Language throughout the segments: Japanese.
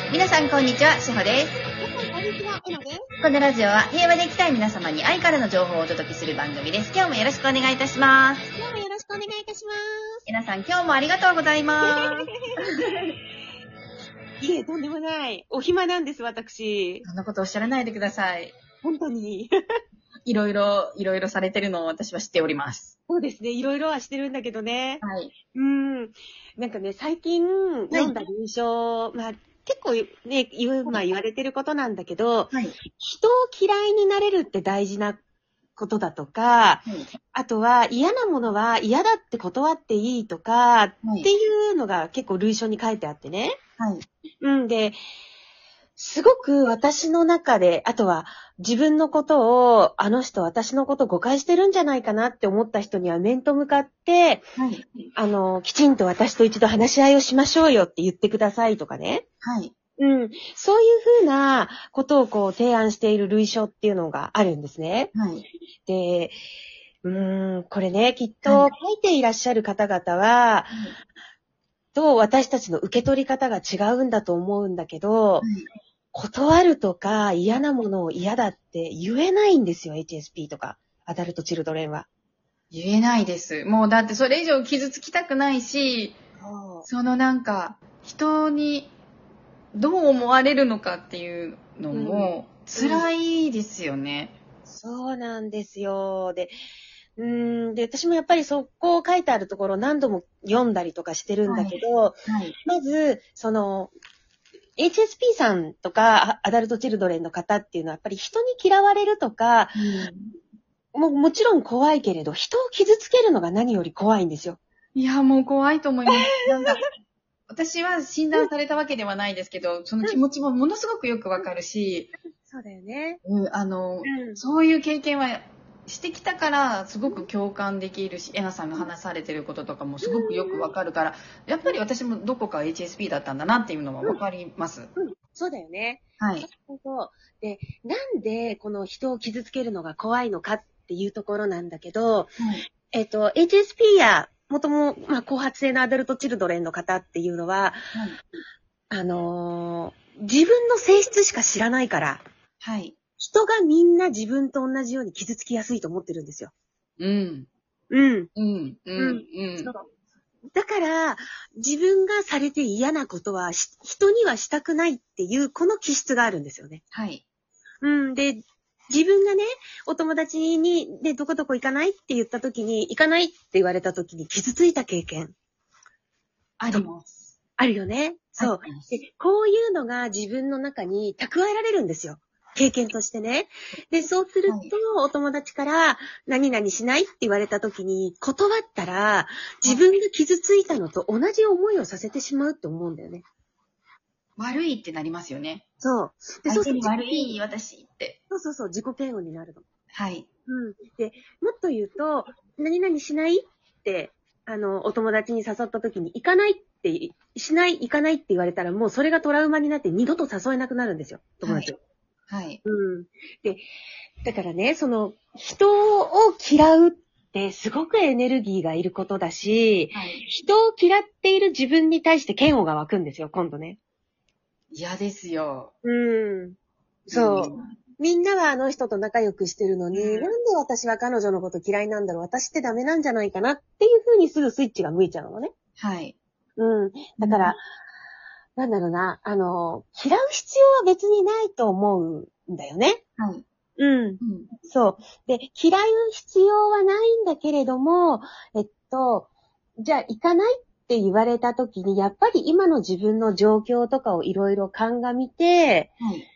皆さんこんにちは、しほです。 皆さんこんにちは、えなです。 このラジオは平和で生きたい皆様に愛からの情報をお届けする番組です。今日もよろしくお願いいたします。 今日もよろしくお願いいたします。 皆さん今日もありがとうございます。 いえ、とんでもない。お暇なんです、私。 そんなことおっしゃらないでください。 本当に。 いろいろされてるのを私は知っております。 そうですね、いろいろはしてるんだけどね。 はい。 なんかね、最近読んだ臨床、結構ね、言われてることなんだけど、 はい。 人を嫌いになれるって大事なことだとか、あとは嫌なものは嫌だって断っていいとか、っていうのが結構類書に書いてあってね。 はい。 で、すごく私の中で、あとは自分のことを、あの人私のこと誤解してるんじゃないかなって思った人には面と向かって、 はい。 きちんと私と一度話し合いをしましょうよって言ってくださいとかね。 はい。 そういうふうなことを提案している類書っていうのがあるんですね。 はい。 で、これね、きっと書いていらっしゃる方々は、と私たちの受け取り方が違うんだと思うんだけど、断るとか嫌なものを嫌だって言えないんですよ、HSP とか、アダルトチルドレンは。 言えないです。もうだってそれ以上傷つきたくないし、人にどう思われるのかっていうのも辛いですよね。 そうなんですよ。で、私もやっぱりそこを書いてあるところ何度も読んだりとかしてるんだけど、まず、HSP さんとかアダルトチルドレンの方っていうのはやっぱり人に嫌われるとか、もちろん怖いけれど、人を傷つけるのが何より怖いんですよ。 いや、もう怖いと思います。私は診断されたわけではないですけど、その気持ちもものすごくよくわかるし、 そうだよね。 そういう経験はしてきたから、すごく共感できるし、えなさんが話されてることとかもすごくよくわかるから、やっぱり私もどこか HSP だったんだなっていうのはわかります。 そうだよね。 はい。 そうで、なんでこの人を傷つけるのが怖いのかっていうところなんだけど、HSP や元も、後発性のアダルトチルドレンの方っていうのは、自分の性質しか知らないから、人がみんな自分と同じように傷つきやすいと思ってるんですよ。だから、自分がされて嫌なことは人にはしたくないっていうこの気質があるんですよね。で、自分がね、お友達に、どこどこ行かないって言った時に、行かないって言われた時に傷ついた経験。 あります。 あるよね。そう。で、こういうのが自分の中に蓄えられるんですよ。経験としてね。で、そうすると、お友達から何々しないって言われた時に断ったら、自分が傷ついたのと同じ思いをさせてしまうって思うんだよね。 悪いってなりますよね。 そう。 で、相手に悪い私って。 そう、自己嫌悪になるの。 はい。 で、もっと言うと、何々しないって、お友達に誘った時に行かないって、行かないって言われたら、もうそれがトラウマになって二度と誘えなくなるんですよ、友達を。で、だからね、人を嫌うってすごくエネルギーがいることだし、人を嫌っている自分に対して嫌悪が湧くんですよ、今度ね。 嫌ですよ。 そう。みんなはあの人と仲良くしてるのに、なんで私は彼女のこと嫌いなんだろう、私ってダメなんじゃないかなっていう風にすぐスイッチが向いちゃうのね。だから、なんだろうな、嫌う必要は別にないと思うんだよね。そう。で、嫌う必要はないんだけれども、じゃあ行かないって言われた時に、やっぱり今の自分の状況とかをいろいろ鑑みて、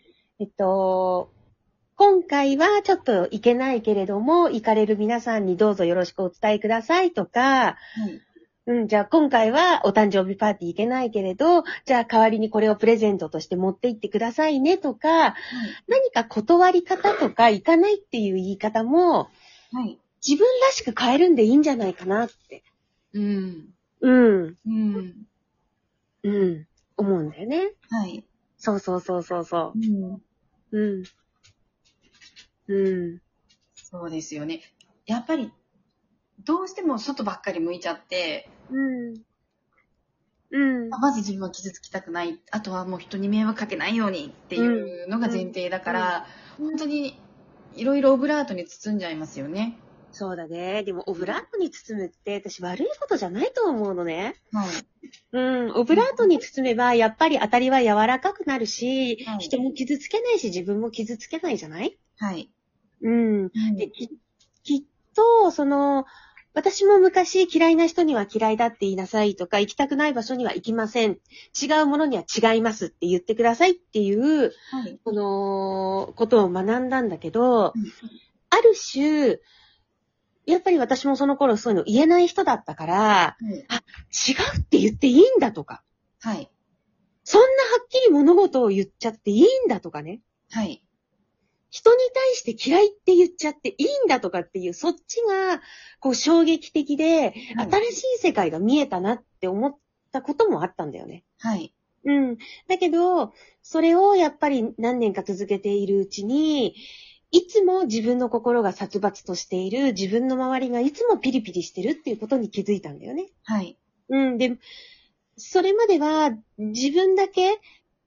今回はちょっと行けないけれども、行かれる皆さんにどうぞよろしくお伝えくださいとか、じゃあ今回はお誕生日パーティー行けないけれど、じゃあ代わりにこれをプレゼントとして持って行ってくださいねとか、何か断り方とか行かないっていう言い方も、自分らしく変えるんでいいんじゃないかなって。思うんだよね。そう。 そうですよね。やっぱり、どうしても外ばっかり向いちゃって、 まず自分は傷つきたくない。あとはもう人に迷惑かけないようにっていうのが前提だから、本当にいろいろオブラートに包んじゃいますよね。 そうだね。でも、オブラートに包むって、私悪いことじゃないと思うのね。 はい。 オブラートに包めば、やっぱり当たりは柔らかくなるし、人も傷つけないし、自分も傷つけないじゃない？ はい。 で、きっと、私も昔嫌いな人には嫌いだって言いなさいとか、行きたくない場所には行きません。違うものには違いますって言ってくださいっていう、ことを学んだんだけど、ある種、やっぱり私もその頃そういうの言えない人だったから、違うって言っていいんだとか、 はい。 そんなはっきり物事を言っちゃっていいんだとかね。 はい。 人に対して嫌いって言っちゃっていいんだとかっていう、そっちが、衝撃的で、新しい世界が見えたなって思ったこともあったんだよね。 はい。 だけど、それをやっぱり何年か続けているうちに、いつも自分の心が殺伐としている、自分の周りがいつもピリピリしてるっていうことに気づいたんだよね。 はい。 で、それまでは自分だけ、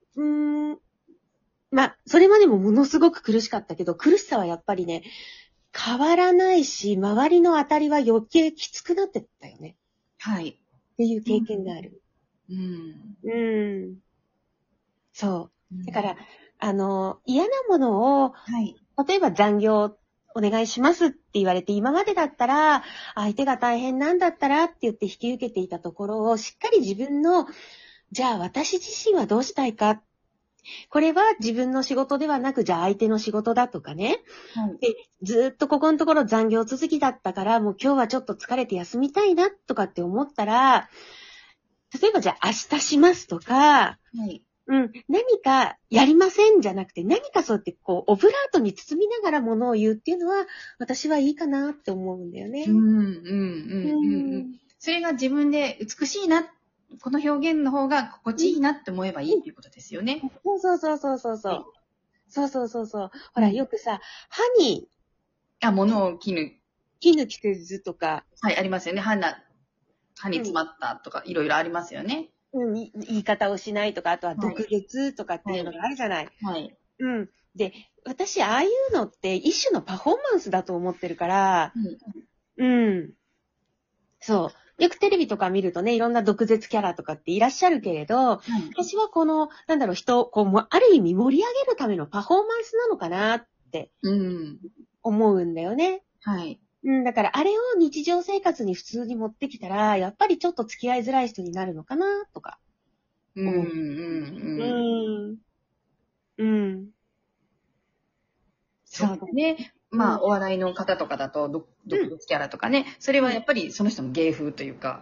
それまでもものすごく苦しかったけど、苦しさはやっぱりね、変わらないし、周りの当たりは余計きつくなってったよね。 はい。 っていう経験がある。そう。だから、嫌なものを、例えば残業お願いしますって言われて、今までだったら、相手が大変なんだったらって言って引き受けていたところを、しっかり自分の、じゃあ私自身はどうしたいか。これは自分の仕事ではなく、じゃあ相手の仕事だとかね。でずっとここのところ残業続きだったから、もう今日はちょっと疲れて休みたいなとかって思ったら、例えばじゃあ明日しますとか、何かやりませんじゃなくて、何かそうやってオブラートに包みながらものを言うっていうのは、私はいいかなって思うんだよね。 それが自分で美しいな、この表現の方が心地いいなって思えばいいっていうことですよね。 そう。ほら、よくさ、歯に、 物を絹着せずとか。 はい、ありますよね。歯に詰まったとか、いろいろありますよね。 言い方をしないとか、あとは毒舌とかっていうのがあるじゃない。で、私、ああいうのって一種のパフォーマンスだと思ってるから、そう。よくテレビとか見るとね、いろんな毒舌キャラとかっていらっしゃるけれど、私は人をある意味盛り上げるためのパフォーマンスなのかなって思うんだよね。だからあれを日常生活に普通に持ってきたら、やっぱりちょっと付き合いづらい人になるのかなとか。 そうだね。お笑いの方とかだと、毒舌キャラとかね、それはやっぱりその人の芸風というか。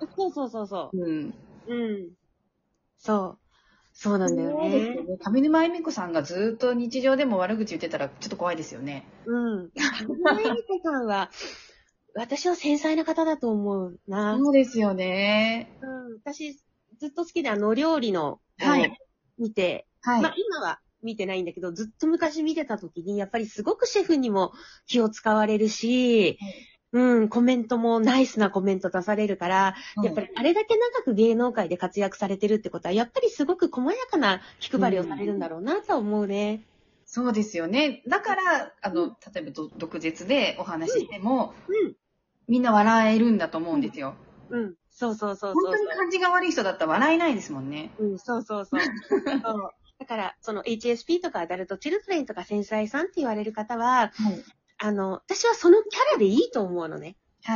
そうなんだよね。 上沼恵美子さんがずっと日常でも悪口言ってたらちょっと怖いですよね。 上沼恵美子さんは、私は繊細な方だと思うな。 そうですよね。 私、ずっと好きで料理の、見て、今は見てないんだけど、ずっと昔見てた時に、やっぱりすごくシェフにも気を使われるし、コメントもナイスなコメント出されるから、やっぱりあれだけ長く芸能界で活躍されてるってことは、やっぱりすごく細やかな気配りをされるんだろうなと思うね。 そうですよね。だから、例えば毒舌でお話ししても、みんな笑えるんだと思うんですよ。 そう。 本当に感じが悪い人だったら笑えないですもんね。 そう。だから、HSP とかアダルトチルドレンとか繊細さんって言われる方は、私はそのキャラでいいと思うのね。た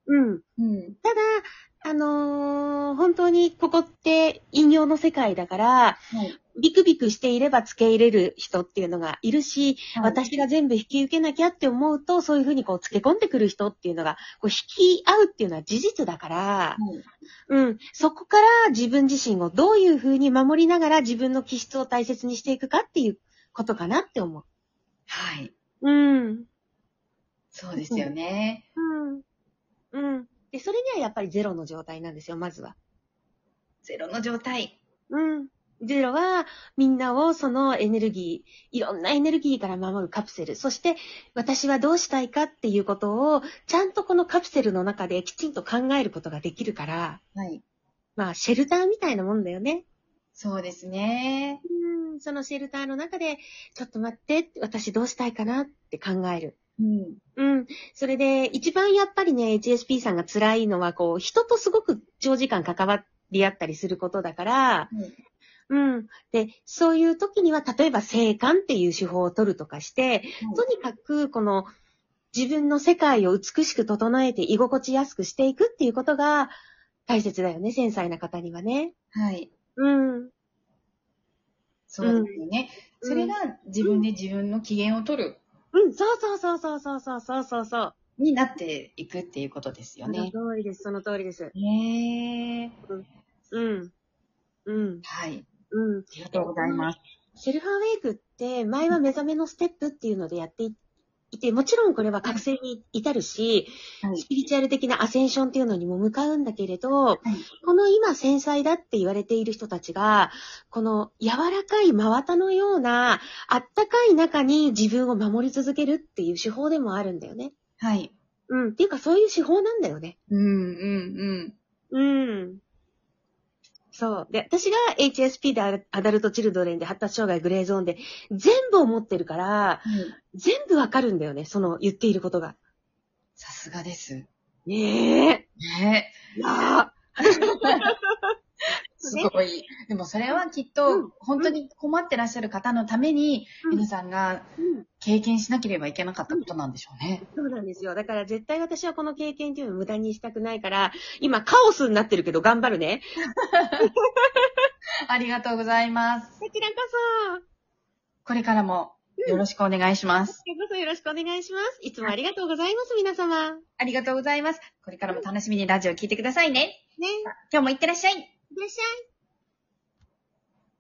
だ、本当にここって引用の世界だから、ビクビクしていれば付け入れる人っていうのがいるし、私が全部引き受けなきゃって思うと、そういうふうに付け込んでくる人っていうのが、引き合うっていうのは事実だから、そこから自分自身をどういうふうに守りながら自分の気質を大切にしていくかっていうことかなって思う。 そうですよね。 で、それにはやっぱりゼロの状態なんですよ、まずは。 ゼロの状態。 ゼロは、みんなをそのエネルギー、いろんなエネルギーから守るカプセル。そして、私はどうしたいかっていうことを、ちゃんとこのカプセルの中できちんと考えることができるから。 まあ、シェルターみたいなもんだよね。 そうですね。 そのシェルターの中で、ちょっと待って、私どうしたいかなって考える。それで、一番やっぱりね、HSP さんが辛いのは、人とすごく長時間関わり合ったりすることだから、で、そういう時には、例えば静観っていう手法を取るとかして、とにかく、自分の世界を美しく整えて居心地やすくしていくっていうことが大切だよね、繊細な方にはね。 はい。そうですよね。それが自分で自分の機嫌を取る。 そう。 になっていくっていうことですよね。 その通りです、その通りです。 へえ。 はい。 ありがとうございます。 セルフアウェイクって、前は目覚めのステップっていうのでやっていて、もちろんこれは覚醒に至るし、スピリチュアル的なアセンションっていうのにも向かうんだけれど、この今繊細だって言われている人たちが、この柔らかい真綿のような、あったかい中に自分を守り続けるっていう手法でもあるんだよね。 はい。 っていうかそういう手法なんだよね。そう。で、私が HSP でアダルトチルドレンで発達障害グレーゾーンで全部を持ってるから、全部わかるんだよね、その言っていることが。 さすがです。 ねすごい。でもそれはきっと、本当に困ってらっしゃる方のために、皆さんが経験しなければいけなかったことなんでしょうね。 そうなんですよ。だから絶対私はこの経験っていうのを無駄にしたくないから、今カオスになってるけど頑張るね。 ありがとうございます。 こちらこそ。 これからもよろしくお願いします。 こちらこそよろしくお願いします。いつもありがとうございます、皆様。 ありがとうございます。これからも楽しみにラジオ聞いてくださいね。今日もいってらっしゃい。 いってらっしゃい。